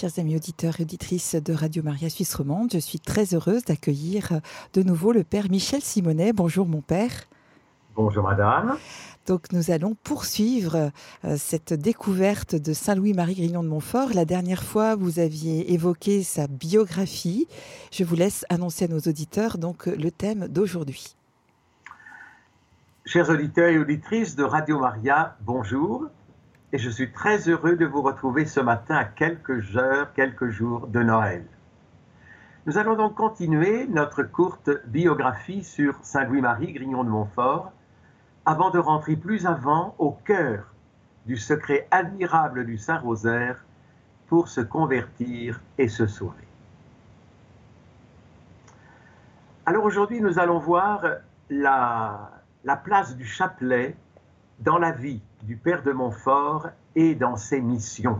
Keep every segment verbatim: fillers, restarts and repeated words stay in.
Chers amis auditeurs et auditrices de Radio Maria Suisse Romande, je suis très heureuse d'accueillir de nouveau le Père Michel Simonet. Bonjour mon Père. Bonjour Madame. Donc nous allons poursuivre euh, cette découverte de Saint Louis-Marie Grignon de Montfort. La dernière fois, vous aviez évoqué sa biographie. Je vous laisse annoncer à nos auditeurs donc le thème d'aujourd'hui. Chers auditeurs et auditrices de Radio Maria, bonjour. Et je suis très heureux de vous retrouver ce matin à quelques heures, quelques jours de Noël. Nous allons donc continuer notre courte biographie sur Saint Louis-Marie Grignon de Montfort avant de rentrer plus avant au cœur du secret admirable du Saint-Rosaire pour se convertir et se sauver. Alors aujourd'hui, nous allons voir la, la place du chapelet dans la vie du Père de Montfort et dans ses missions.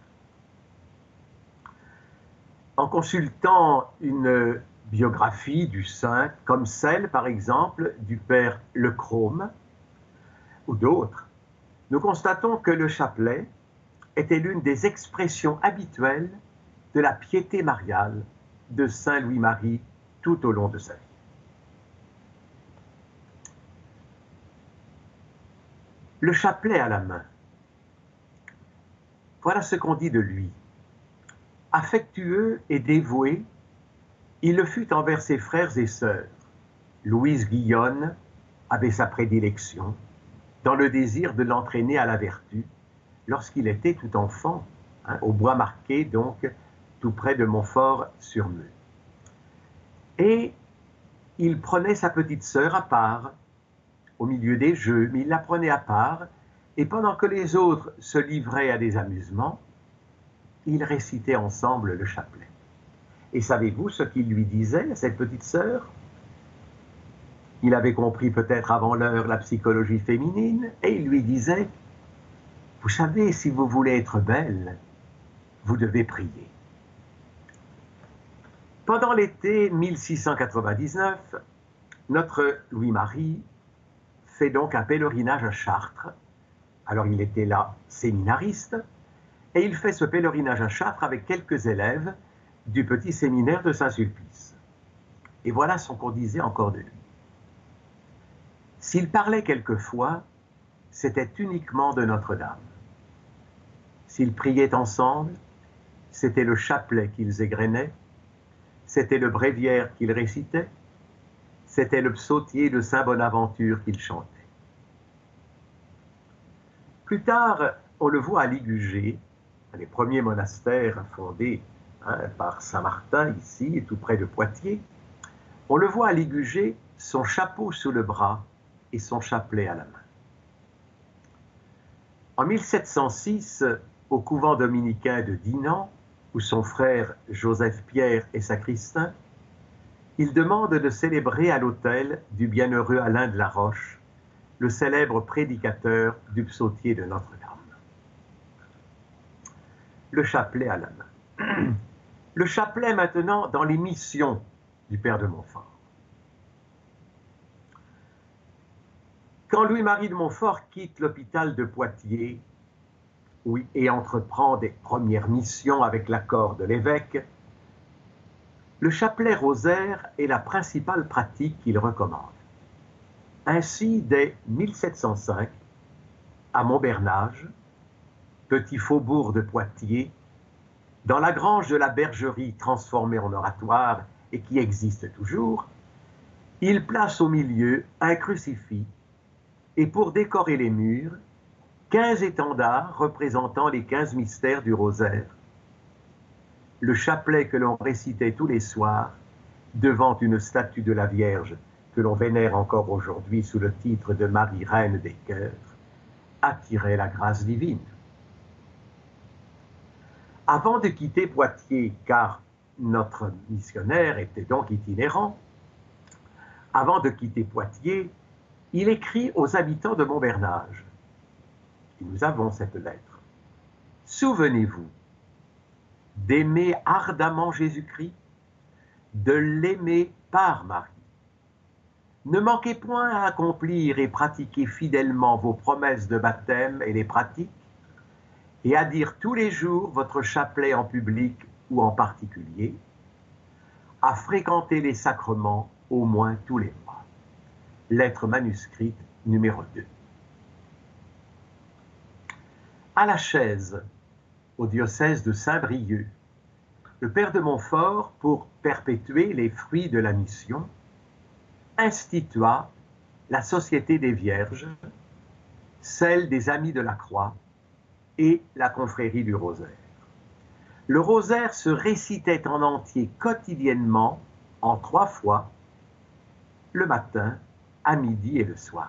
En consultant une biographie du saint, comme celle par exemple du Père Le Crome ou d'autres, nous constatons que le chapelet était l'une des expressions habituelles de la piété mariale de Saint Louis-Marie tout au long de sa vie. Le chapelet à la main. Voilà ce qu'on dit de lui. Affectueux et dévoué, il le fut envers ses frères et sœurs. Louise Guillonne avait sa prédilection dans le désir de l'entraîner à la vertu lorsqu'il était tout enfant, hein, au Bois Marqué, donc tout près de Montfort-sur-Meux. Et il prenait sa petite sœur à part, au milieu des jeux, mais il la prenait à part, et pendant que les autres se livraient à des amusements, ils récitaient ensemble le chapelet. Et savez-vous ce qu'il lui disait à cette petite sœur? Il avait compris peut-être avant l'heure la psychologie féminine, et il lui disait, « Vous savez, si vous voulez être belle, vous devez prier. » Pendant l'été mille six cent quatre-vingt-dix-neuf, notre Louis-Marie fait donc un pèlerinage à Chartres. Alors il était là séminariste, et il fait ce pèlerinage à Chartres avec quelques élèves du petit séminaire de Saint-Sulpice. Et voilà ce qu'on disait encore de lui. S'il parlait quelquefois, c'était uniquement de Notre-Dame. S'ils priaient ensemble, c'était le chapelet qu'ils égrenaient, c'était le bréviaire qu'ils récitaient, c'était le psautier de Saint Bonaventure qu'ils chantaient. Plus tard, on le voit à Ligugé, les premiers monastères fondés hein, par Saint Martin, ici, tout près de Poitiers. On le voit à Ligugé, son chapeau sous le bras et son chapelet à la main. En mille sept cent six, au couvent dominicain de Dinan, où son frère Joseph-Pierre est sacristain, il demande de célébrer à l'autel du bienheureux Alain de la Roche, le célèbre prédicateur du psautier de Notre-Dame. Le chapelet à la main. Le chapelet maintenant dans les missions du Père de Montfort. Quand Louis-Marie de Montfort quitte l'hôpital de Poitiers oui, et entreprend des premières missions avec l'accord de l'évêque, le chapelet rosaire est la principale pratique qu'il recommande. Ainsi, dès mille sept cent cinq, à Montbernage, petit faubourg de Poitiers, dans la grange de la bergerie transformée en oratoire et qui existe toujours, il place au milieu un crucifix et pour décorer les murs, quinze étendards représentant les quinze mystères du rosaire. Le chapelet que l'on récitait tous les soirs devant une statue de la Vierge que l'on vénère encore aujourd'hui sous le titre de Marie Reine des Cœurs, attirait la grâce divine. Avant de quitter Poitiers, car notre missionnaire était donc itinérant, avant de quitter Poitiers, il écrit aux habitants de Montbernage. Et nous avons cette lettre. Souvenez-vous d'aimer ardemment Jésus-Christ, de l'aimer par Marie. Ne manquez point à accomplir et pratiquer fidèlement vos promesses de baptême et les pratiques, et à dire tous les jours votre chapelet en public ou en particulier, à fréquenter les sacrements au moins tous les mois. Lettre manuscrite numéro deux. À la Chaise, au diocèse de Saint-Brieuc, le père de Montfort, pour perpétuer les fruits de la mission, institua la Société des Vierges, celle des Amis de la Croix et la Confrérie du Rosaire. Le rosaire se récitait en entier quotidiennement, en trois fois, le matin, à midi et le soir.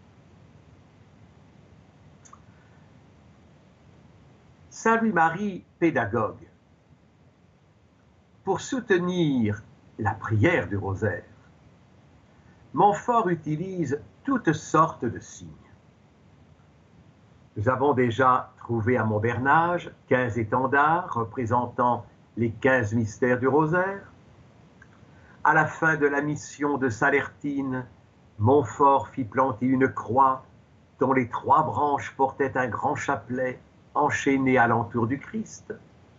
Saint Louis-Marie, pédagogue, pour soutenir la prière du rosaire, Montfort utilise toutes sortes de signes. Nous avons déjà trouvé à Montbernage quinze étendards représentant les quinze mystères du rosaire. À la fin de la mission de Salertine, Montfort fit planter une croix dont les trois branches portaient un grand chapelet enchaîné alentour du Christ.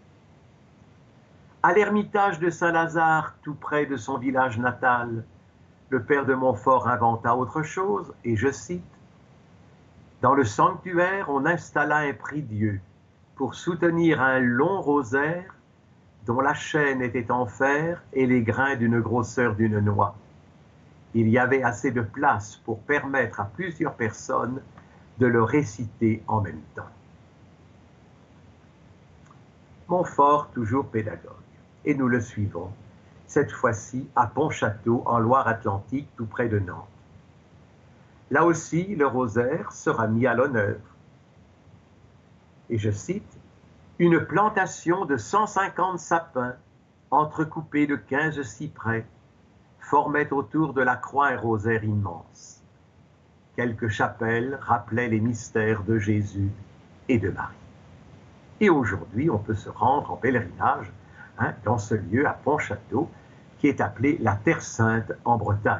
À l'ermitage de Saint-Lazare, tout près de son village natal, le père de Montfort inventa autre chose, et je cite, « Dans le sanctuaire, on installa un prie-dieu pour soutenir un long rosaire dont la chaîne était en fer et les grains d'une grosseur d'une noix. Il y avait assez de place pour permettre à plusieurs personnes de le réciter en même temps. » Montfort, toujours pédagogue, et nous le suivons, cette fois-ci à Pontchâteau, en Loire-Atlantique, tout près de Nantes. Là aussi, le rosaire sera mis à l'honneur. Et je cite, « Une plantation de cent cinquante sapins, entrecoupés de quinze cyprès, formait autour de la croix un rosaire immense. Quelques chapelles rappelaient les mystères de Jésus et de Marie. » Et aujourd'hui, on peut se rendre en pèlerinage hein, dans ce lieu à Pontchâteau, qui est appelé la Terre Sainte en Bretagne.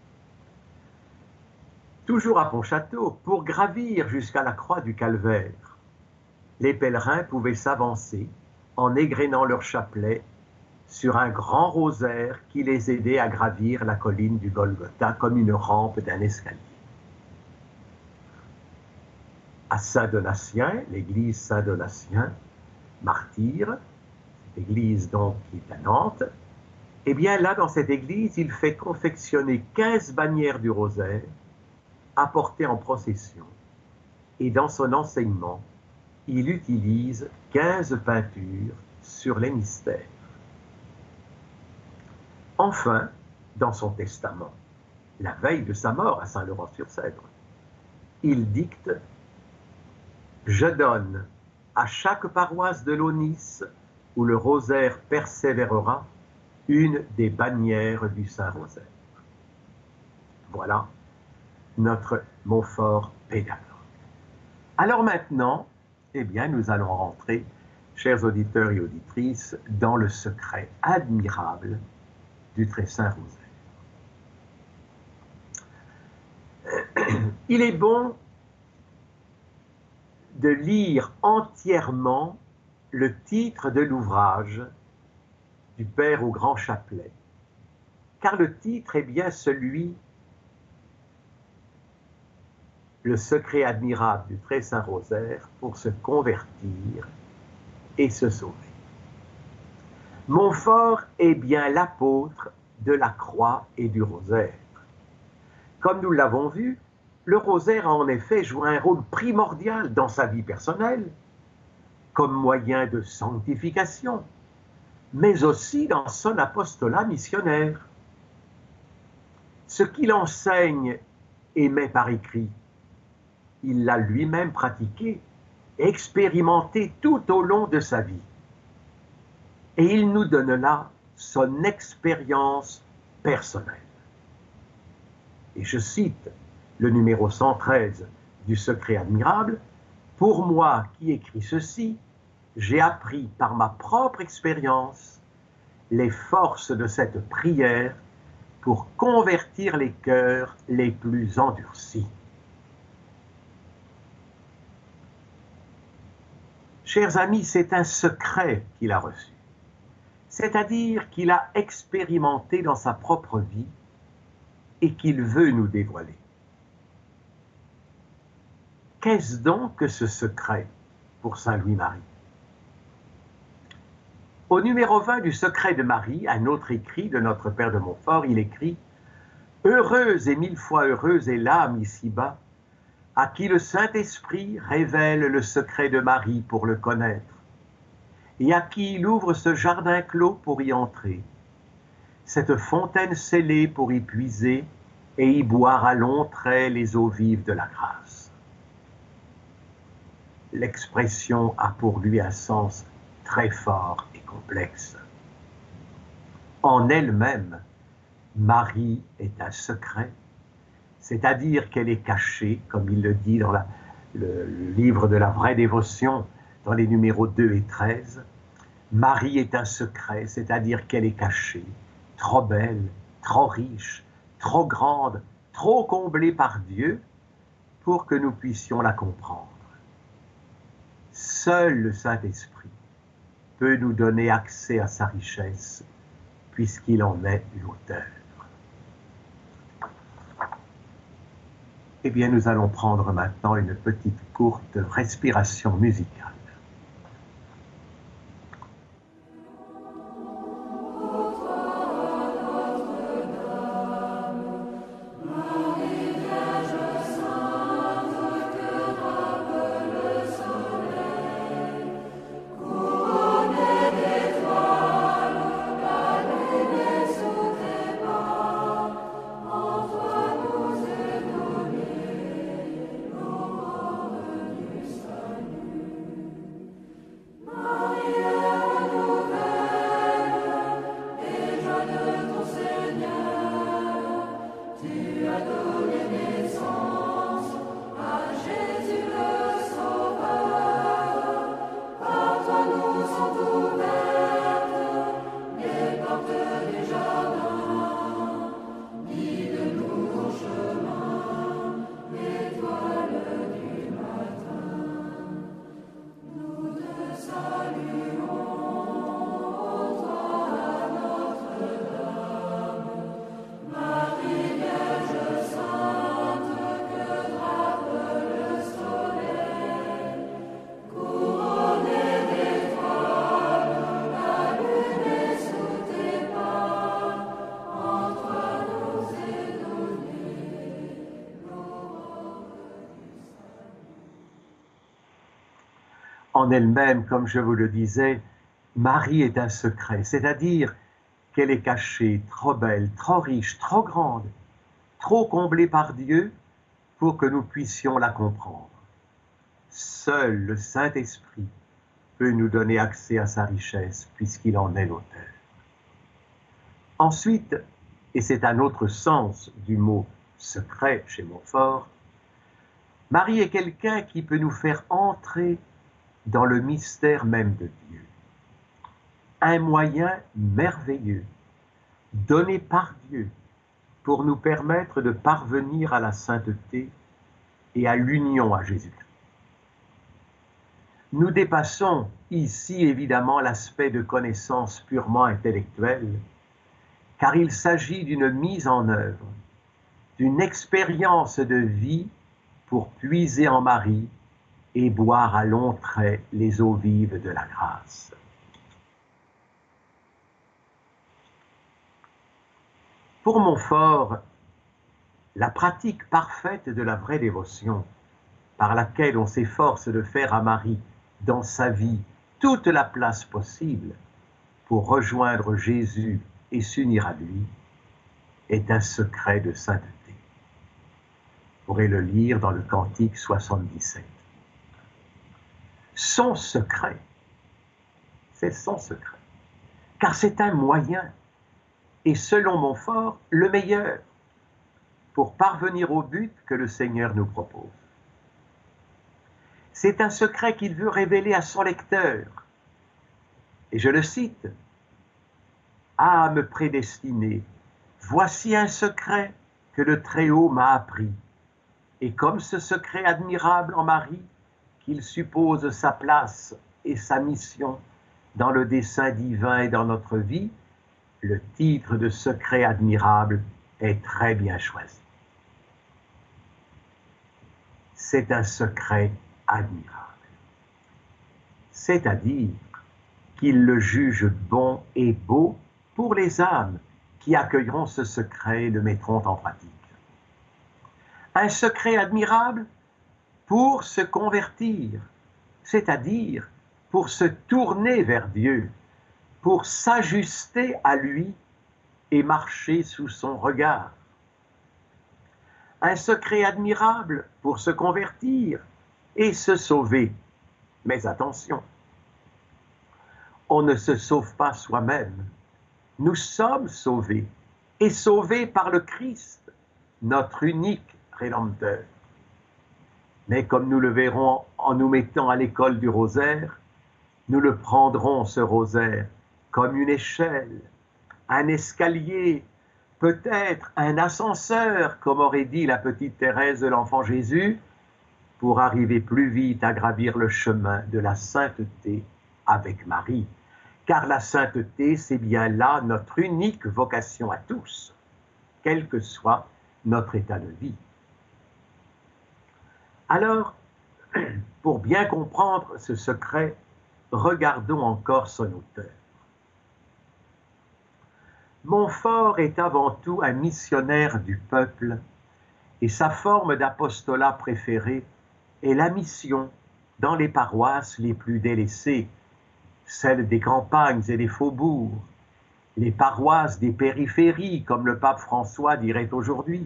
Toujours à Pontchâteau, pour gravir jusqu'à la croix du Calvaire, les pèlerins pouvaient s'avancer en égrénant leur chapelet sur un grand rosaire qui les aidait à gravir la colline du Golgotha comme une rampe d'un escalier. À Saint-Donatien, l'église Saint-Donatien, martyr, cette église donc qui est à Nantes, eh bien là, dans cette église, il fait confectionner quinze bannières du rosaire, apportées en procession. Et dans son enseignement, il utilise quinze peintures sur les mystères. Enfin, dans son testament, la veille de sa mort à Saint-Laurent-sur-Sèvre, il dicte « Je donne à chaque paroisse de l'Aunis où le rosaire persévérera une des bannières du Saint-Rosaire. » Voilà notre Montfort pédagogue. Alors maintenant, eh bien, nous allons rentrer, chers auditeurs et auditrices, dans le secret admirable du très saint rosaire. Il est bon de lire entièrement le titre de l'ouvrage du Père au grand chapelet, car le titre est bien celui « Le secret admirable du très saint rosaire pour se convertir et se sauver ». Montfort est bien l'apôtre de la croix et du rosaire. Comme nous l'avons vu, le rosaire a en effet joué un rôle primordial dans sa vie personnelle, comme moyen de sanctification, mais aussi dans son apostolat missionnaire. Ce qu'il enseigne et met par écrit, il l'a lui-même pratiqué, expérimenté tout au long de sa vie. Et il nous donne là son expérience personnelle. Et je cite le numéro cent treize du Secret admirable, « Pour moi qui écris ceci, j'ai appris par ma propre expérience les forces de cette prière pour convertir les cœurs les plus endurcis. » Chers amis, c'est un secret qu'il a reçu, c'est-à-dire qu'il a expérimenté dans sa propre vie et qu'il veut nous dévoiler. Qu'est-ce donc que ce secret pour Saint Louis-Marie? Au numéro vingt du Secret de Marie, un autre écrit de notre Père de Montfort, il écrit « Heureuse et mille fois heureuse est l'âme ici-bas, à qui le Saint-Esprit révèle le secret de Marie pour le connaître, et à qui il ouvre ce jardin clos pour y entrer, cette fontaine scellée pour y puiser et y boire à longs traits les eaux vives de la grâce. » L'expression a pour lui un sens très fort et complexe. En elle-même, Marie est un secret, c'est-à-dire qu'elle est cachée, comme il le dit dans la, le, le livre de la vraie dévotion, dans les numéros deux et treize. Marie est un secret, c'est-à-dire qu'elle est cachée, trop belle, trop riche, trop grande, trop comblée par Dieu pour que nous puissions la comprendre. Seul le Saint-Esprit peut nous donner accès à sa richesse, puisqu'il en est l'auteur. Eh bien, nous allons prendre maintenant une petite courte respiration musicale. En elle-même, comme je vous le disais, Marie est un secret, c'est-à-dire qu'elle est cachée, trop belle, trop riche, trop grande, trop comblée par Dieu pour que nous puissions la comprendre. Seul le Saint-Esprit peut nous donner accès à sa richesse, puisqu'il en est l'auteur. Ensuite, et c'est un autre sens du mot secret chez Montfort, Marie est quelqu'un qui peut nous faire entrer dans le mystère même de Dieu. Un moyen merveilleux, donné par Dieu, pour nous permettre de parvenir à la sainteté et à l'union à Jésus-Christ. Nous dépassons ici évidemment l'aspect de connaissance purement intellectuelle, car il s'agit d'une mise en œuvre, d'une expérience de vie pour puiser en Marie et boire à longs traits les eaux vives de la grâce. Pour Montfort, la pratique parfaite de la vraie dévotion, par laquelle on s'efforce de faire à Marie dans sa vie toute la place possible pour rejoindre Jésus et s'unir à lui, est un secret de sainteté. Vous pourrez le lire dans le Cantique soixante-dix-sept. Son secret, c'est son secret, car c'est un moyen, et selon Montfort, le meilleur, pour parvenir au but que le Seigneur nous propose. C'est un secret qu'il veut révéler à son lecteur. Et je le cite, « Âme prédestinée, voici un secret que le Très-Haut m'a appris, et comme ce secret admirable en Marie, qu'il suppose sa place et sa mission dans le dessein divin et dans notre vie, le titre de secret admirable est très bien choisi. C'est un secret admirable. C'est-à-dire qu'il le juge bon et beau pour les âmes qui accueilleront ce secret et le mettront en pratique. Un secret admirable pour se convertir, c'est-à-dire pour se tourner vers Dieu, pour s'ajuster à lui et marcher sous son regard. Un secret admirable pour se convertir et se sauver. Mais attention, on ne se sauve pas soi-même. Nous sommes sauvés, et sauvés par le Christ, notre unique Rédempteur. Mais comme nous le verrons en nous mettant à l'école du rosaire, nous le prendrons, ce rosaire, comme une échelle, un escalier, peut-être un ascenseur, comme aurait dit la petite Thérèse de l'Enfant Jésus, pour arriver plus vite à gravir le chemin de la sainteté avec Marie. Car la sainteté, c'est bien là notre unique vocation à tous, quel que soit notre état de vie. Alors, pour bien comprendre ce secret, regardons encore son auteur. Montfort est avant tout un missionnaire du peuple et sa forme d'apostolat préférée est la mission dans les paroisses les plus délaissées, celles des campagnes et des faubourgs, les paroisses des périphéries, comme le pape François dirait aujourd'hui.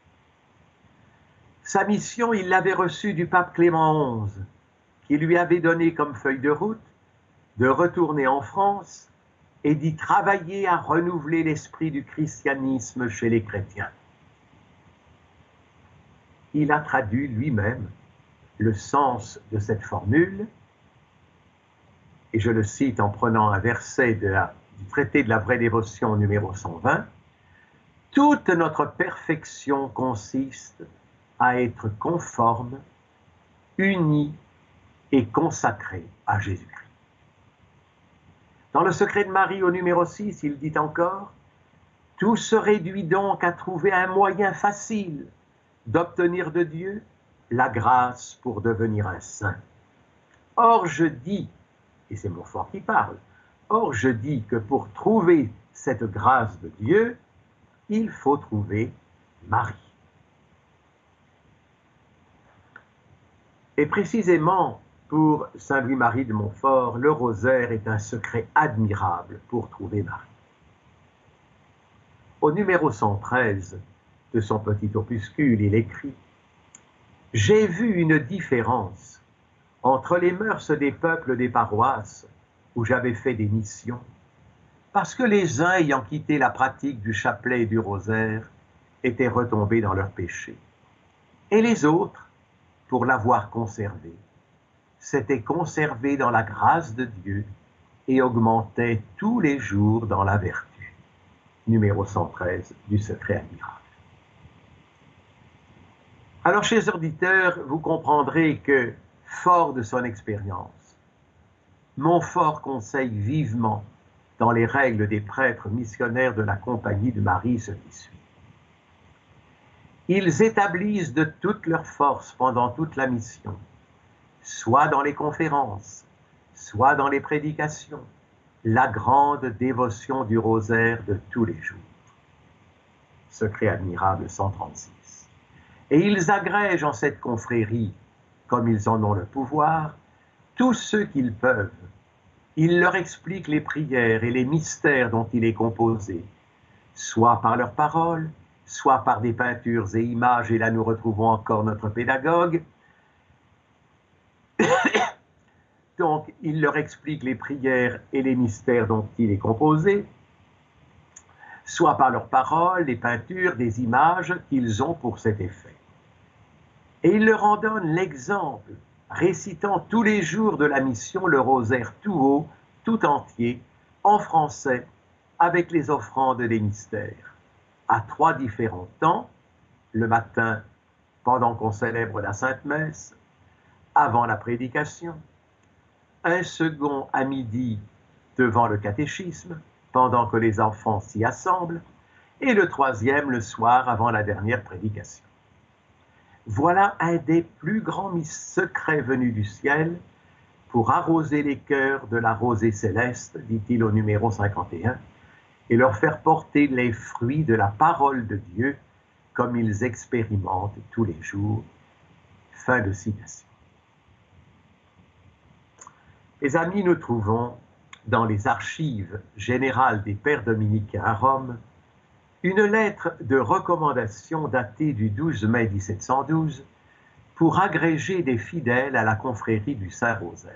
Sa mission, il l'avait reçue du pape Clément onze, qui lui avait donné comme feuille de route de retourner en France et d'y travailler à renouveler l'esprit du christianisme chez les chrétiens. Il a traduit lui-même le sens de cette formule, et je le cite en prenant un verset de la, du traité de la vraie dévotion numéro cent vingt, « Toute notre perfection consiste à être conforme, unis et consacrés à Jésus-Christ. » Dans le secret de Marie au numéro six, il dit encore « Tout se réduit donc à trouver un moyen facile d'obtenir de Dieu la grâce pour devenir un saint. Or je dis, et c'est Montfort qui parle, or je dis que pour trouver cette grâce de Dieu, il faut trouver Marie. » Et précisément, pour Saint Louis-Marie de Montfort, le rosaire est un secret admirable pour trouver Marie. Au numéro cent treize de son petit opuscule, il écrit « J'ai vu une différence entre les mœurs des peuples des paroisses où j'avais fait des missions, parce que les uns ayant quitté la pratique du chapelet et du rosaire étaient retombés dans leurs péchés, et les autres, pour l'avoir conservé, s'étaient conservés dans la grâce de Dieu et augmentaient tous les jours dans la vertu. » Numéro cent treize du secret admirable. Alors, chers auditeurs, vous comprendrez que, fort de son expérience, Montfort conseille vivement, dans les règles des prêtres missionnaires de la Compagnie de Marie, ce qui suit. Ils établissent de toute leur force pendant toute la mission, soit dans les conférences, soit dans les prédications, la grande dévotion du rosaire de tous les jours. Secret admirable cent trente-six. Et ils agrègent en cette confrérie, comme ils en ont le pouvoir, tous ceux qu'ils peuvent. Ils leur expliquent les prières et les mystères dont il est composé, soit par leurs paroles, soit par des peintures et images, et là nous retrouvons encore notre pédagogue. Donc, il leur explique les prières et les mystères dont il est composé, soit par leurs paroles, les peintures, des images qu'ils ont pour cet effet. Et il leur en donne l'exemple, récitant tous les jours de la mission le rosaire tout haut, tout entier, en français, avec les offrandes des mystères, à trois différents temps, le matin, pendant qu'on célèbre la Sainte Messe, avant la prédication, un second à midi devant le catéchisme, pendant que les enfants s'y assemblent, et le troisième le soir avant la dernière prédication. Voilà un des plus grands secrets venus du ciel pour arroser les cœurs de la rosée céleste, dit-il au numéro cinquante et un, et leur faire porter les fruits de la parole de Dieu comme ils expérimentent tous les jours. Fin de citation. Mes amis, nous trouvons dans les archives générales des Pères dominicains à Rome une lettre de recommandation datée du douze mai mille sept cent douze pour agréger des fidèles à la confrérie du Saint-Rosaire.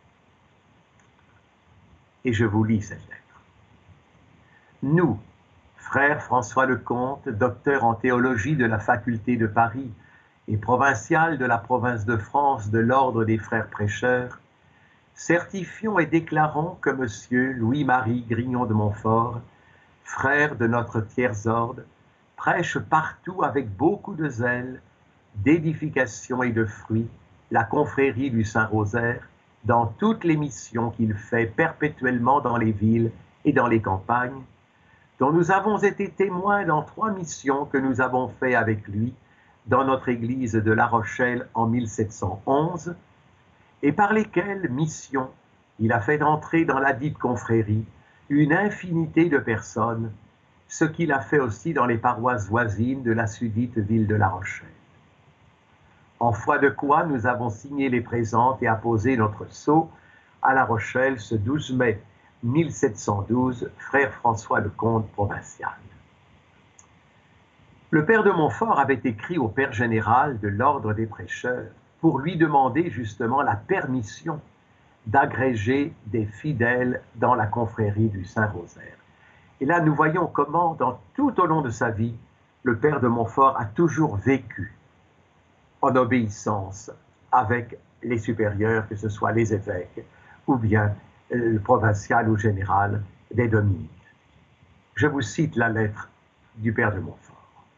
Et je vous lis cette lettre. Nous, frère François Lecomte, docteur en théologie de la faculté de Paris et provincial de la province de France de l'ordre des frères prêcheurs, certifions et déclarons que M. Louis-Marie Grignon de Montfort, frère de notre tiers-ordre, prêche partout avec beaucoup de zèle, d'édification et de fruits la confrérie du Saint-Rosaire dans toutes les missions qu'il fait perpétuellement dans les villes et dans les campagnes, dont nous avons été témoins dans trois missions que nous avons fait avec lui dans notre église de La Rochelle en mille sept cent onze, et par lesquelles missions il a fait entrer dans la dite confrérie une infinité de personnes, ce qu'il a fait aussi dans les paroisses voisines de la sudite ville de La Rochelle. En foi de quoi nous avons signé les présentes et apposé notre sceau à La Rochelle ce douze mai mille sept cent douze, frère François Lecomte provincial. Le père de Montfort avait écrit au père général de l'ordre des prêcheurs pour lui demander justement la permission d'agréger des fidèles dans la confrérie du Saint-Rosaire. Et là, nous voyons comment, dans, tout au long de sa vie, le père de Montfort a toujours vécu en obéissance avec les supérieurs, que ce soit les évêques ou bien le provincial ou général des Dominiques. Je vous cite la lettre du père de Montfort.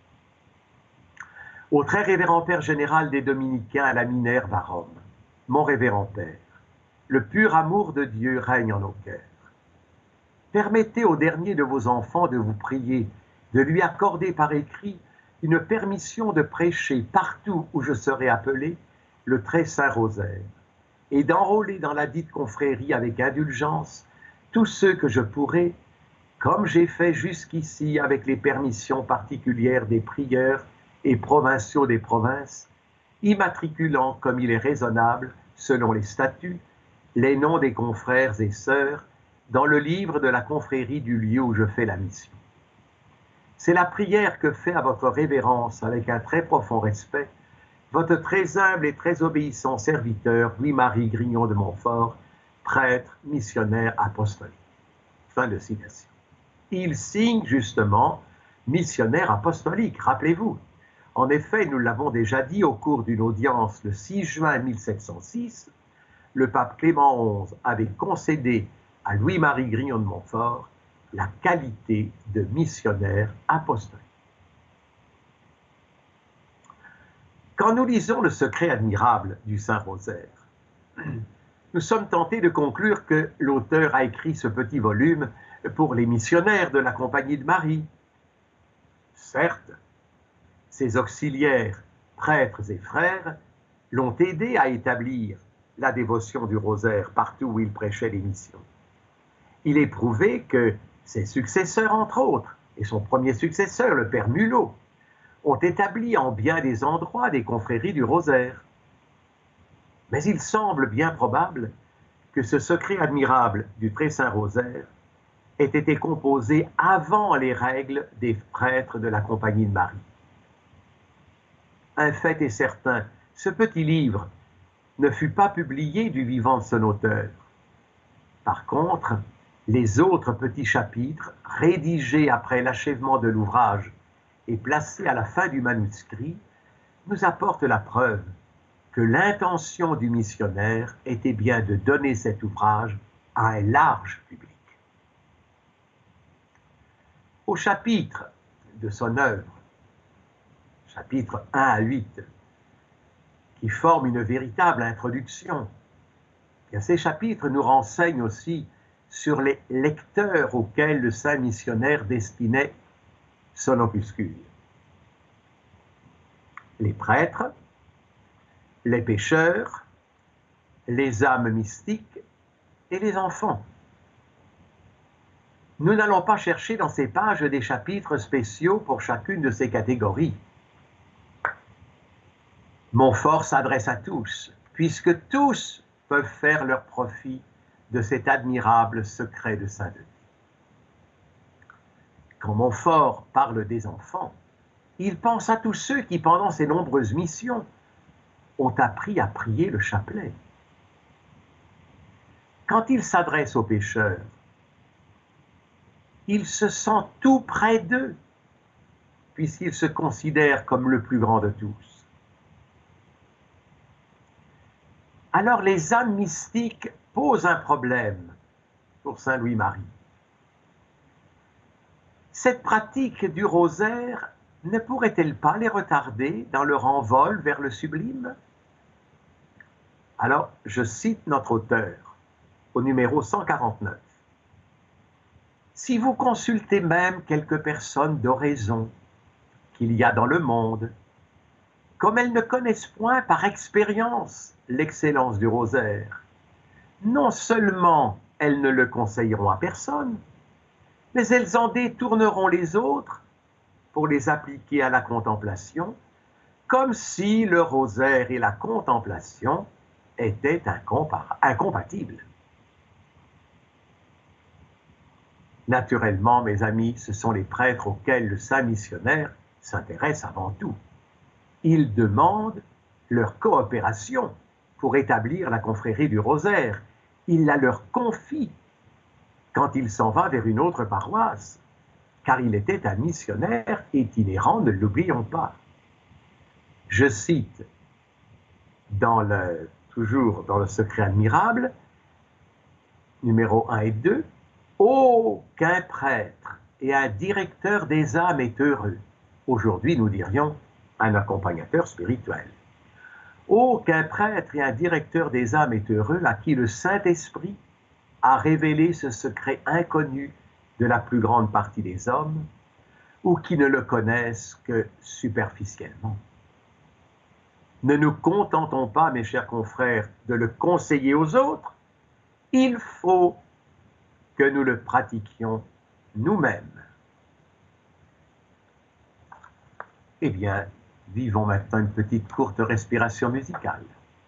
Au très révérend père général des Dominicains à la Minerve à Rome, mon révérend père, le pur amour de Dieu règne en nos cœurs. Permettez au dernier de vos enfants de vous prier, de lui accorder par écrit une permission de prêcher partout où je serai appelé le très saint rosaire, et d'enrôler dans la dite confrérie avec indulgence tous ceux que je pourrai, comme j'ai fait jusqu'ici avec les permissions particulières des prieurs et provinciaux des provinces, immatriculant comme il est raisonnable, selon les statuts, les noms des confrères et sœurs dans le livre de la confrérie du lieu où je fais la mission. C'est la prière que fait à votre révérence, avec un très profond respect, votre très humble et très obéissant serviteur, Louis-Marie Grignon de Montfort, prêtre, missionnaire, apostolique. Fin de citation. Il signe justement missionnaire apostolique, rappelez-vous. En effet, nous l'avons déjà dit au cours d'une audience le six juin mille sept cent six, le pape Clément onze avait concédé à Louis-Marie Grignon de Montfort la qualité de missionnaire apostolique. Quand nous lisons le secret admirable du Saint-Rosaire, nous sommes tentés de conclure que l'auteur a écrit ce petit volume pour les missionnaires de la Compagnie de Marie. Certes, ses auxiliaires, prêtres et frères, l'ont aidé à établir la dévotion du rosaire partout où il prêchait les missions. Il est prouvé que ses successeurs, entre autres, et son premier successeur, le père Mulot, ont établi en bien des endroits des confréries du rosaire. Mais il semble bien probable que ce secret admirable du très saint rosaire ait été composé avant les règles des prêtres de la Compagnie de Marie. Un fait est certain, ce petit livre ne fut pas publié du vivant de son auteur. Par contre, les autres petits chapitres, rédigés après l'achèvement de l'ouvrage et placés à la fin du manuscrit, nous apportent la preuve que l'intention du missionnaire était bien de donner cet ouvrage à un large public. Au chapitre de son œuvre, chapitres un à huit, qui forment une véritable introduction, Et ces chapitres nous renseignent aussi sur les lecteurs auxquels le saint missionnaire destinait son opuscule. Les prêtres, les pécheurs, les âmes mystiques et les enfants. Nous n'allons pas chercher dans ces pages des chapitres spéciaux pour chacune de ces catégories. Montfort s'adresse à tous, puisque tous peuvent faire leur profit de cet admirable secret de Saint-Denis. Quand Montfort parle des enfants, il pense à tous ceux qui, pendant ces nombreuses missions, ont appris à prier le chapelet. Quand il s'adresse aux pécheurs, il se sent tout près d'eux, puisqu'il se considère comme le plus grand de tous. Alors les âmes mystiques posent un problème pour Saint Louis-Marie. Cette pratique du rosaire ne pourrait-elle pas les retarder dans leur envol vers le sublime? Alors, je cite notre auteur au numéro cent quarante-neuf. Si vous consultez même quelques personnes d'oraison qu'il y a dans le monde, comme elles ne connaissent point par expérience l'excellence du rosaire, non seulement elles ne le conseilleront à personne, mais elles en détourneront les autres pour les appliquer à la contemplation, comme si le rosaire et la contemplation étaient incompatibles. Naturellement, mes amis, ce sont les prêtres auxquels le saint missionnaire s'intéresse avant tout. Il demande leur coopération pour établir la confrérie du rosaire. Il la leur confie quand il s'en va vers une autre paroisse, car il était un missionnaire itinérant, ne l'oublions pas. Je cite dans le, toujours dans le secret admirable, numéro un et deux, « Oh, qu'un prêtre et un directeur des âmes est heureux !» Aujourd'hui, nous dirions un accompagnateur spirituel. « Oh, qu'un prêtre et un directeur des âmes est heureux à qui le Saint-Esprit a révélé ce secret inconnu de la plus grande partie des hommes, ou qui ne le connaissent que superficiellement. » Ne nous contentons pas, mes chers confrères, de le conseiller aux autres, il faut que nous le pratiquions nous-mêmes. Eh bien, vivons maintenant une petite courte respiration musicale.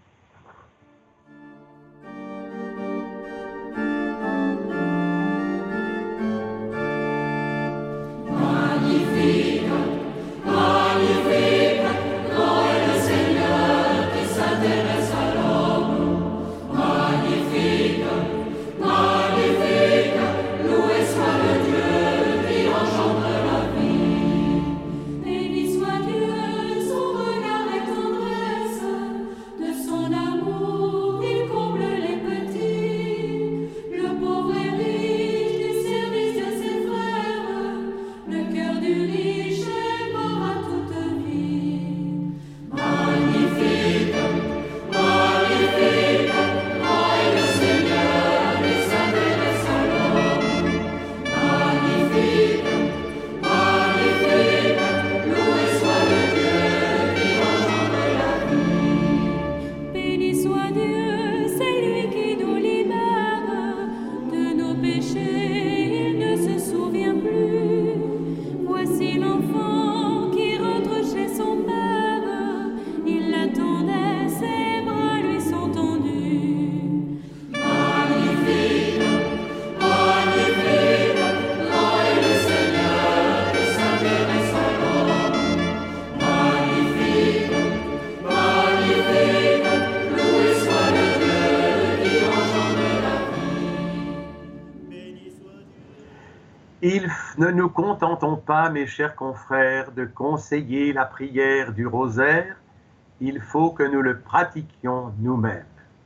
Il, ne nous contentons pas, mes chers confrères, de conseiller la prière du rosaire, il faut que nous le pratiquions nous-mêmes.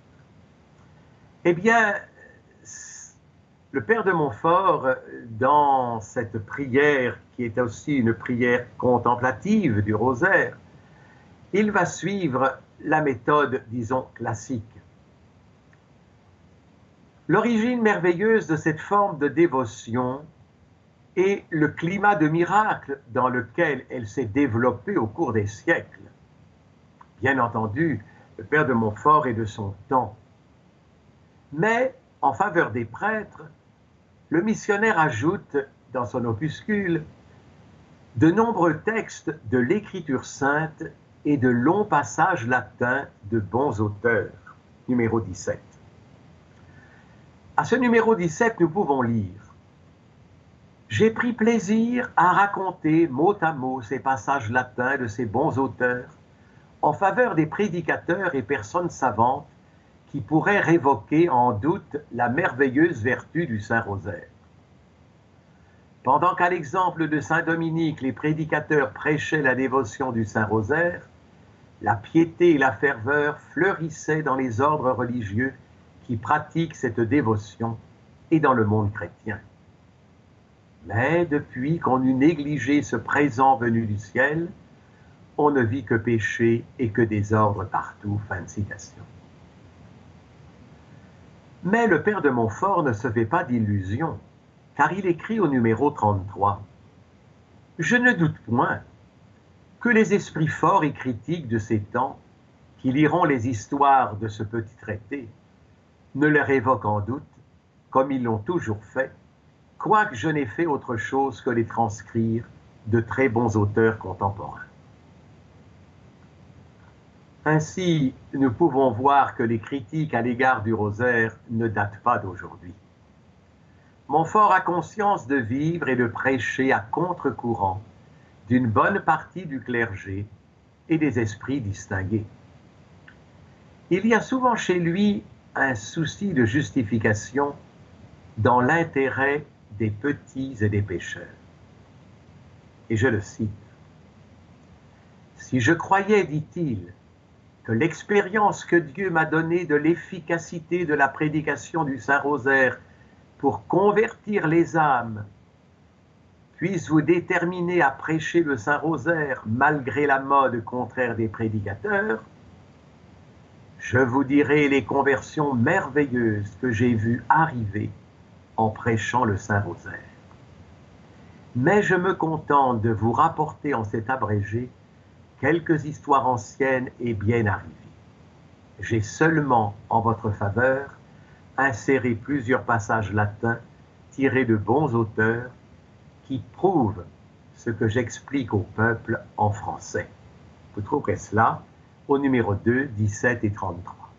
Eh bien, le Père de Montfort, dans cette prière qui est aussi une prière contemplative du rosaire, il va suivre la méthode, disons, classique. L'origine merveilleuse de cette forme de dévotion est le climat de miracle dans lequel elle s'est développée au cours des siècles. Bien entendu, le père de Montfort est de son temps. Mais, en faveur des prêtres, le missionnaire ajoute dans son opuscule de nombreux textes de l'Écriture sainte et de longs passages latins de bons auteurs. Numéro dix-sept. À ce numéro dix-sept, nous pouvons lire « J'ai pris plaisir à raconter mot à mot ces passages latins de ces bons auteurs en faveur des prédicateurs et personnes savantes qui pourraient révoquer en doute la merveilleuse vertu du Saint-Rosaire. Pendant qu'à l'exemple de Saint Dominique, les prédicateurs prêchaient la dévotion du Saint-Rosaire, la piété et la ferveur fleurissaient dans les ordres religieux qui pratiquent cette dévotion et dans le monde chrétien. Mais depuis qu'on eut négligé ce présent venu du ciel, on ne vit que péché et que désordre partout. » Fin de citation. Mais le père de Montfort ne se fait pas d'illusions, car il écrit au numéro trente-trois « Je ne doute point que les esprits forts et critiques de ces temps, qui liront les histoires de ce petit traité, ne les révoquent en doute, comme ils l'ont toujours fait, quoique je n'ai fait autre chose que les transcrire de très bons auteurs contemporains. » Ainsi, nous pouvons voir que les critiques à l'égard du rosaire ne datent pas d'aujourd'hui. Montfort a conscience de vivre et de prêcher à contre-courant d'une bonne partie du clergé et des esprits distingués. Il y a souvent chez lui un souci de justification dans l'intérêt des petits et des pécheurs. Et je le cite. « Si je croyais, dit-il, que l'expérience que Dieu m'a donnée de l'efficacité de la prédication du Saint-Rosaire pour convertir les âmes puisse vous déterminer à prêcher le Saint-Rosaire malgré la mode contraire des prédicateurs, je vous dirai les conversions merveilleuses que j'ai vues arriver en prêchant le Saint-Rosaire. Mais je me contente de vous rapporter en cet abrégé quelques histoires anciennes et bien arrivées. J'ai seulement, en votre faveur, inséré plusieurs passages latins tirés de bons auteurs qui prouvent ce que j'explique au peuple en français. Vous trouverez cela au numéro deux, dix-sept et trente-trois.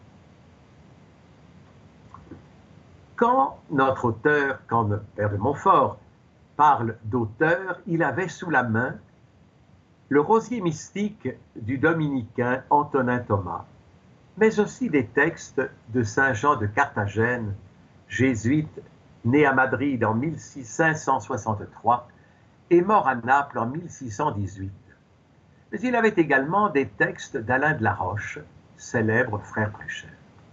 Quand notre auteur, quand le père de Montfort parle d'auteur, il avait sous la main le rosier mystique du dominicain Antonin Thomas, mais aussi des textes de Saint Jean de Carthagène, jésuite, né à Madrid en cinq cent soixante-trois et mort à Naples en mille six cent dix-huit. Mais il avait également des textes d'Alain de la Roche, célèbre frère prêcheur.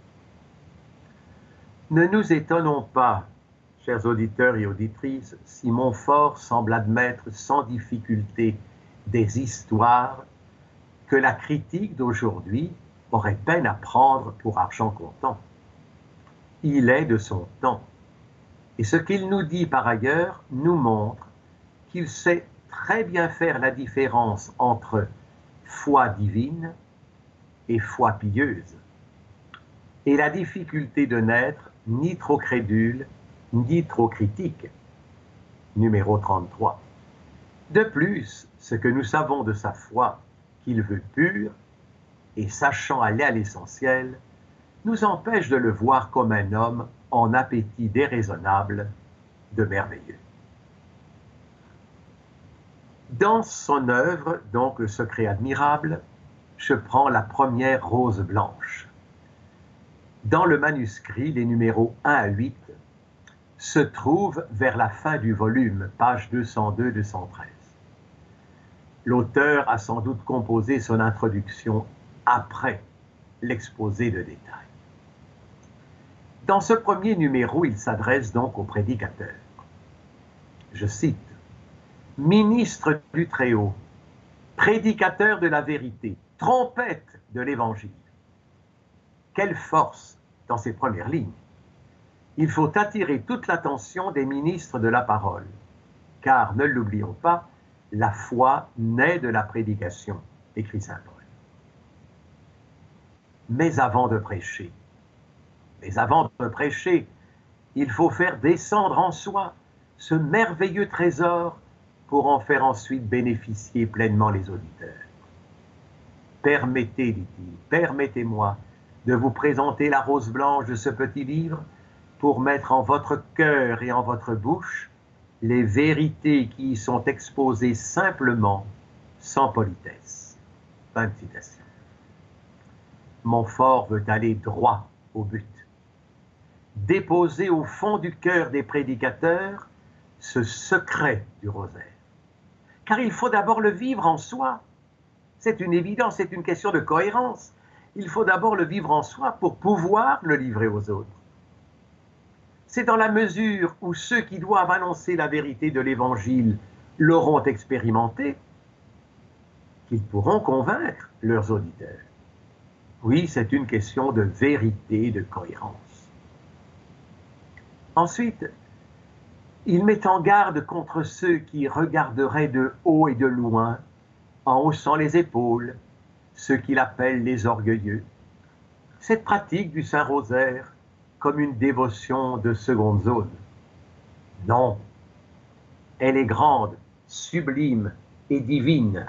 Ne nous étonnons pas, chers auditeurs et auditrices, si Montfort semble admettre sans difficulté des histoires que la critique d'aujourd'hui aurait peine à prendre pour argent comptant. Il est de son temps. Et ce qu'il nous dit par ailleurs nous montre qu'il sait très bien faire la différence entre foi divine et foi pieuse, et la difficulté de n'être ni trop crédule, ni trop critique. Numéro trente-trois. De plus, ce que nous savons de sa foi, qu'il veut pure, et sachant aller à l'essentiel, nous empêche de le voir comme un homme en appétit déraisonnable de merveilleux. Dans son œuvre, donc Le secret admirable, je prends la première rose blanche. Dans le manuscrit, les numéros un à huit se trouvent vers la fin du volume, pages deux cent deux à deux cent treize. L'auteur a sans doute composé son introduction après l'exposé de détails. Dans ce premier numéro, il s'adresse donc aux prédicateurs. Je cite « Ministre du Très-Haut, prédicateur de la vérité, trompette de l'Évangile. » Quelle force dans ces premières lignes! il faut attirer toute l'attention des ministres de la parole. Car, ne l'oublions pas, la foi naît de la prédication, écrit saint Paul. Mais avant de prêcher, mais avant de prêcher, il faut faire descendre en soi ce merveilleux trésor pour en faire ensuite bénéficier pleinement les auditeurs. Permettez, dit-il, permettez-moi de vous présenter la rose blanche de ce petit livre pour mettre en votre cœur et en votre bouche les vérités qui y sont exposées simplement, sans politesse. Fin de citation. Montfort veut aller droit au but. Déposer au fond du cœur des prédicateurs ce secret du rosaire. Car il faut d'abord le vivre en soi. C'est une évidence, c'est une question de cohérence. Il faut d'abord le vivre en soi pour pouvoir le livrer aux autres. C'est dans la mesure où ceux qui doivent annoncer la vérité de l'Évangile l'auront expérimenté qu'ils pourront convaincre leurs auditeurs. Oui, c'est une question de vérité, de cohérence. Ensuite, il met en garde contre ceux qui regarderaient de haut et de loin, en haussant les épaules, ceux qu'il appelle les orgueilleux. Cette pratique du Saint-Rosaire comme une dévotion de seconde zone. Non, elle est grande, sublime et divine.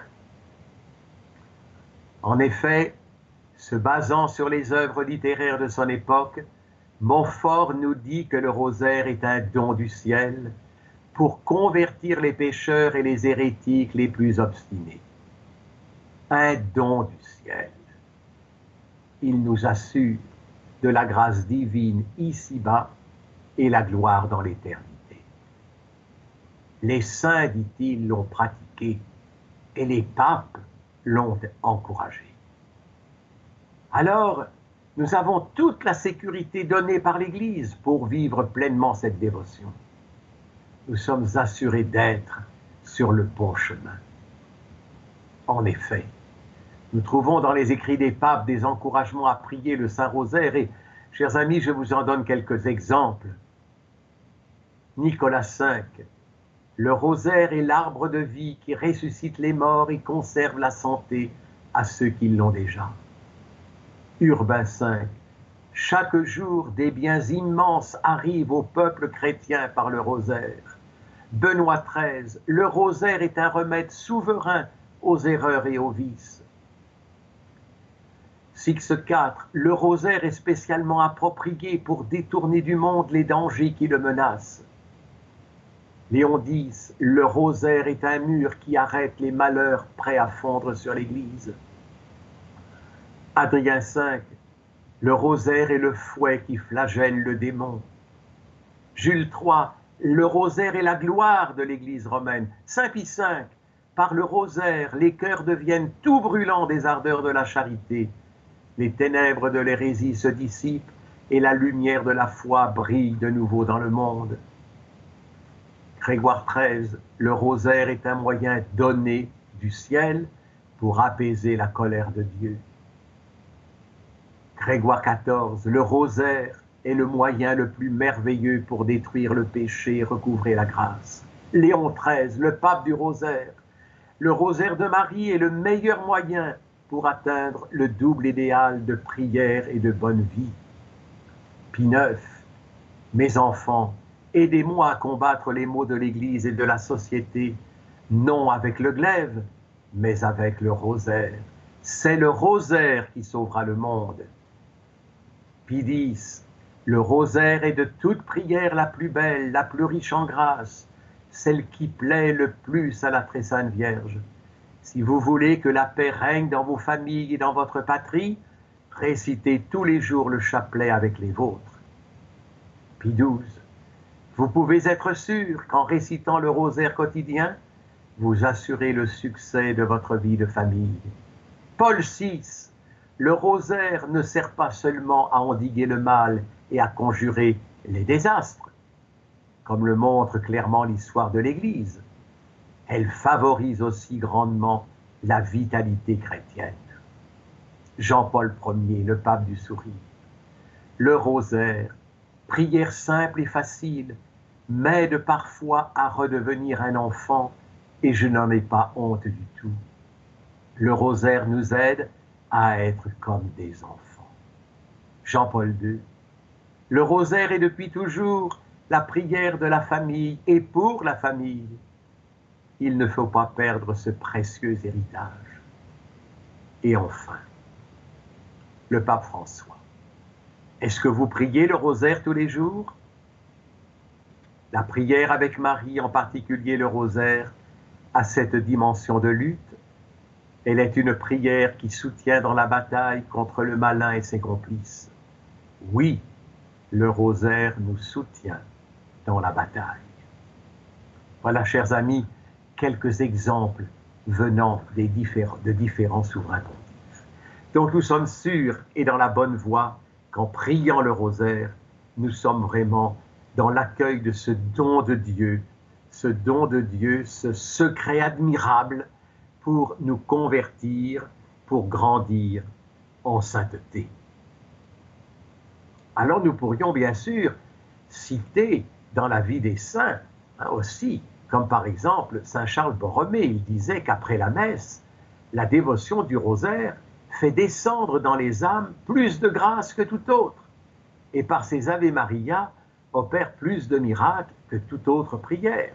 En effet, se basant sur les œuvres littéraires de son époque, Montfort nous dit que le rosaire est un don du ciel pour convertir les pécheurs et les hérétiques les plus obstinés. Un don du ciel. Il nous assure de la grâce divine ici-bas et la gloire dans l'éternité. Les saints, dit-il, l'ont pratiqué et les papes l'ont encouragé. Alors, nous avons toute la sécurité donnée par l'Église pour vivre pleinement cette dévotion. Nous sommes assurés d'être sur le bon chemin. En effet, nous trouvons dans les écrits des papes des encouragements à prier le Saint-Rosaire et, chers amis, je vous en donne quelques exemples. Nicolas cinq, le rosaire est l'arbre de vie qui ressuscite les morts et conserve la santé à ceux qui l'ont déjà. Urbain cinq, chaque jour des biens immenses arrivent au peuple chrétien par le rosaire. Benoît treize, le rosaire est un remède souverain aux erreurs et aux vices. Six quatre, le rosaire est spécialement approprié pour détourner du monde les dangers qui le menacent. Léon dix, le rosaire est un mur qui arrête les malheurs prêts à fondre sur l'Église. Adrien cinq, le rosaire est le fouet qui flagelle le démon. Jules trois, le rosaire est la gloire de l'Église romaine. Saint Pie cinq, par le rosaire, les cœurs deviennent tout brûlants des ardeurs de la charité. Les ténèbres de l'hérésie se dissipent et la lumière de la foi brille de nouveau dans le monde. Grégoire treize, le rosaire est un moyen donné du ciel pour apaiser la colère de Dieu. Grégoire quatorze, le rosaire est le moyen le plus merveilleux pour détruire le péché et recouvrer la grâce. Léon treize, le pape du rosaire, le rosaire de Marie est le meilleur moyen pour atteindre le double idéal de prière et de bonne vie. Pie neuf, mes enfants, aidez-moi à combattre les maux de l'Église et de la société, non avec le glaive, mais avec le rosaire. C'est le rosaire qui sauvera le monde. Pie dix, le rosaire est de toute prière la plus belle, la plus riche en grâce, celle qui plaît le plus à la très sainte Vierge. Si vous voulez que la paix règne dans vos familles et dans votre patrie, récitez tous les jours le chapelet avec les vôtres. Pie douze, vous pouvez être sûr qu'en récitant le rosaire quotidien, vous assurez le succès de votre vie de famille. Paul six, le rosaire ne sert pas seulement à endiguer le mal et à conjurer les désastres, comme le montre clairement l'histoire de l'Église. Elle favorise aussi grandement la vitalité chrétienne. Jean-Paul Ier, le pape du sourire. Le rosaire prière simple et facile, m'aide parfois à redevenir un enfant et je n'en ai pas honte du tout. Le rosaire nous aide à être comme des enfants. Jean-Paul deux. Le rosaire est depuis toujours la prière de la famille et pour la famille. Il ne faut pas perdre ce précieux héritage. Et enfin, le pape François. Est-ce que vous priez le rosaire tous les jours? La prière avec Marie, en particulier le rosaire, a cette dimension de lutte. Elle est une prière qui soutient dans la bataille contre le malin et ses complices. Oui, le rosaire nous soutient dans la bataille. Voilà, chers amis, quelques exemples venant des différents, de différents souverains pontifes. Donc nous sommes sûrs et dans la bonne voie qu'en priant le rosaire, nous sommes vraiment dans l'accueil de ce don de Dieu, ce don de Dieu, ce secret admirable pour nous convertir, pour grandir en sainteté. Alors nous pourrions bien sûr citer dans la vie des saints hein, aussi, comme par exemple saint Charles Borromée, il disait qu'après la messe, la dévotion du rosaire fait descendre dans les âmes plus de grâce que tout autre, et par ses Ave Maria opère plus de miracles que toute autre prière.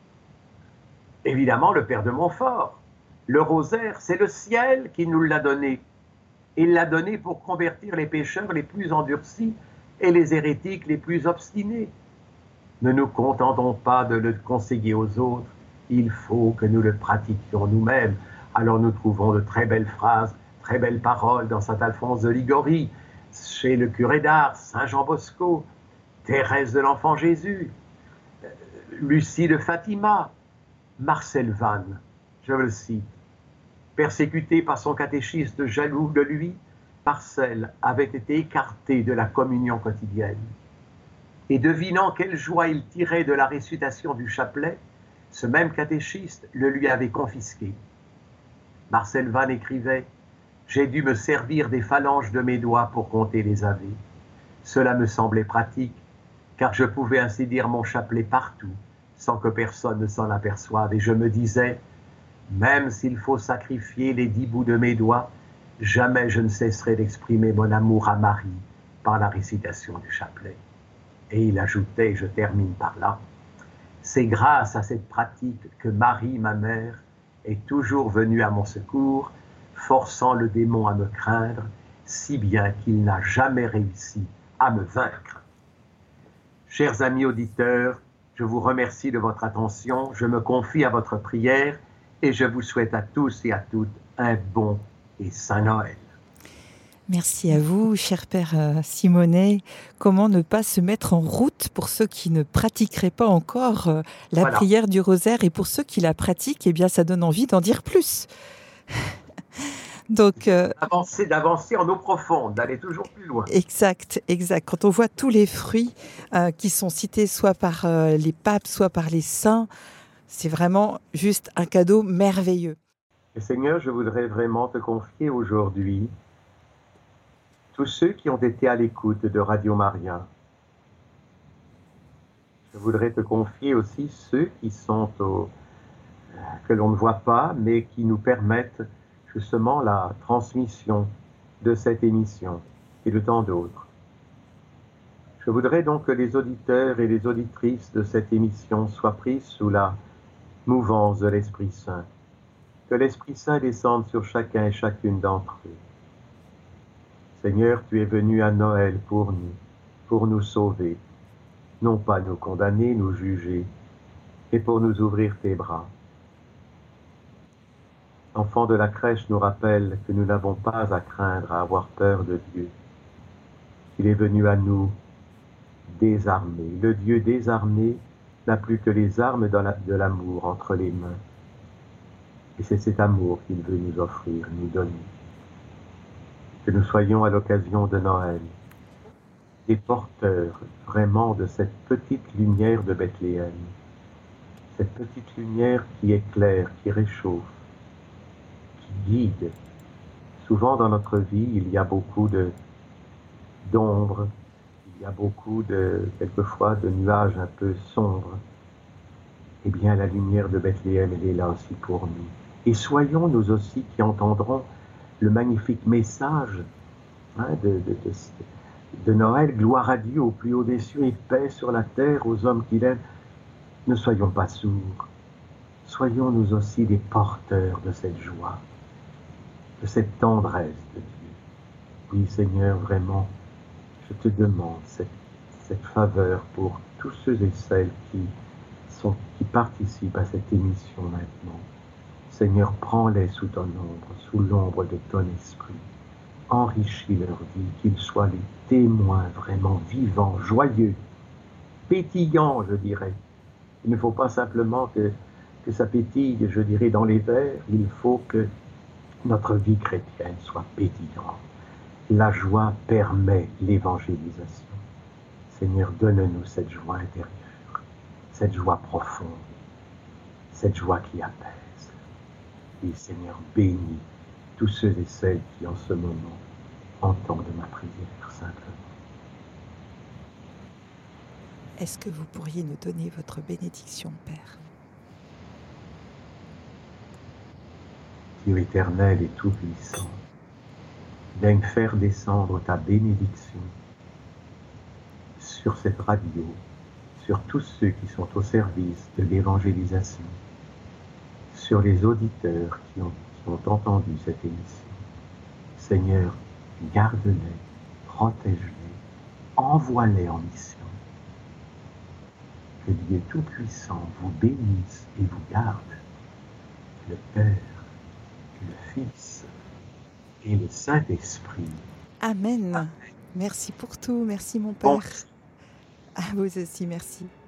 Évidemment, le Père de Montfort, le rosaire, c'est le ciel qui nous l'a donné. Il l'a donné pour convertir les pécheurs les plus endurcis et les hérétiques les plus obstinés. Ne nous contentons pas de le conseiller aux autres, il faut que nous le pratiquions nous-mêmes. Alors nous trouvons de très belles phrases, très belles paroles dans saint Alphonse de Liguori, chez le curé d'Ars, saint Jean Bosco, Thérèse de l'Enfant Jésus, Lucie de Fatima, Marcel Vannes, je le cite. Persécuté par son catéchiste jaloux de lui, Marcel avait été écarté de la communion quotidienne. Et devinant quelle joie il tirait de la récitation du chapelet, ce même catéchiste le lui avait confisqué. Marcel Vannes écrivait « J'ai dû me servir des phalanges de mes doigts pour compter les ave. Cela me semblait pratique, car je pouvais ainsi dire mon chapelet partout, sans que personne ne s'en aperçoive. Et je me disais, même s'il faut sacrifier les dix bouts de mes doigts, jamais je ne cesserai d'exprimer mon amour à Marie par la récitation du chapelet. » Et il ajoutait, et je termine par là, « C'est grâce à cette pratique que Marie, ma mère, est toujours venue à mon secours, forçant le démon à me craindre, si bien qu'il n'a jamais réussi à me vaincre. » Chers amis auditeurs, je vous remercie de votre attention, je me confie à votre prière et je vous souhaite à tous et à toutes un bon et saint Noël. Merci à vous, cher Père Simonet. Comment ne pas se mettre en route pour ceux qui ne pratiqueraient pas encore la voilà. prière du rosaire, et pour ceux qui la pratiquent, eh bien, ça donne envie d'en dire plus. Donc, euh, d'avancer, d'avancer en eau profonde, d'aller toujours plus loin. Exact, exact. Quand on voit tous les fruits euh, qui sont cités soit par euh, les papes, soit par les saints, c'est vraiment juste un cadeau merveilleux. Et Seigneur, je voudrais vraiment te confier aujourd'hui tous ceux qui ont été à l'écoute de Radio Maria. Je voudrais te confier aussi ceux qui sont au, que l'on ne voit pas, mais qui nous permettent justement la transmission de cette émission et de tant d'autres. Je voudrais donc que les auditeurs et les auditrices de cette émission soient pris sous la mouvance de l'Esprit Saint, que l'Esprit Saint descende sur chacun et chacune d'entre eux. Seigneur, tu es venu à Noël pour nous, pour nous sauver, non pas nous condamner, nous juger, mais pour nous ouvrir tes bras. L'enfant de la crèche nous rappelle que nous n'avons pas à craindre, à avoir peur de Dieu. Il est venu à nous désarmé. Le Dieu désarmé n'a plus que les armes de l'amour entre les mains. Et c'est cet amour qu'il veut nous offrir, nous donner. Que nous soyons à l'occasion de Noël des porteurs vraiment de cette petite lumière de Bethléem. Cette petite lumière qui éclaire, qui réchauffe, qui guide. Souvent dans notre vie, il y a beaucoup de, d'ombre, il y a beaucoup de, quelquefois, de nuages un peu sombres. Eh bien, la lumière de Bethléem, elle est là aussi pour nous. Et soyons nous aussi qui entendrons le magnifique message hein, de, de, de, de Noël, gloire à Dieu au plus haut des cieux et paix sur la terre aux hommes qu'il aime. Ne soyons pas sourds. Soyons nous aussi des porteurs de cette joie, de cette tendresse de Dieu. Oui, Seigneur, vraiment, je te demande cette, cette faveur pour tous ceux et celles qui, sont, qui participent à cette émission maintenant. Seigneur, prends-les sous ton ombre, sous l'ombre de ton esprit. Enrichis leur vie, qu'ils soient les témoins vraiment vivants, joyeux, pétillants, je dirais. Il ne faut pas simplement que, que ça pétille, je dirais, dans les verres. Il faut que notre vie chrétienne soit pétillante. La joie permet l'évangélisation. Seigneur, donne-nous cette joie intérieure, cette joie profonde, cette joie qui apaise. Et Seigneur, bénis tous ceux et celles qui en ce moment entendent ma prière simplement. Est-ce que vous pourriez nous donner votre bénédiction, Père? Dieu éternel et tout-puissant, daigne faire descendre ta bénédiction sur cette radio, sur tous ceux qui sont au service de l'évangélisation, sur les auditeurs qui ont, qui ont entendu cette émission. Seigneur, garde-les, protège-les, envoie-les en mission. Que Dieu Tout-Puissant vous bénisse et vous garde, le Père, le Fils et le Saint-Esprit. Amen. Amen. Merci pour tout. Merci mon Père. Bon. À vous aussi, merci.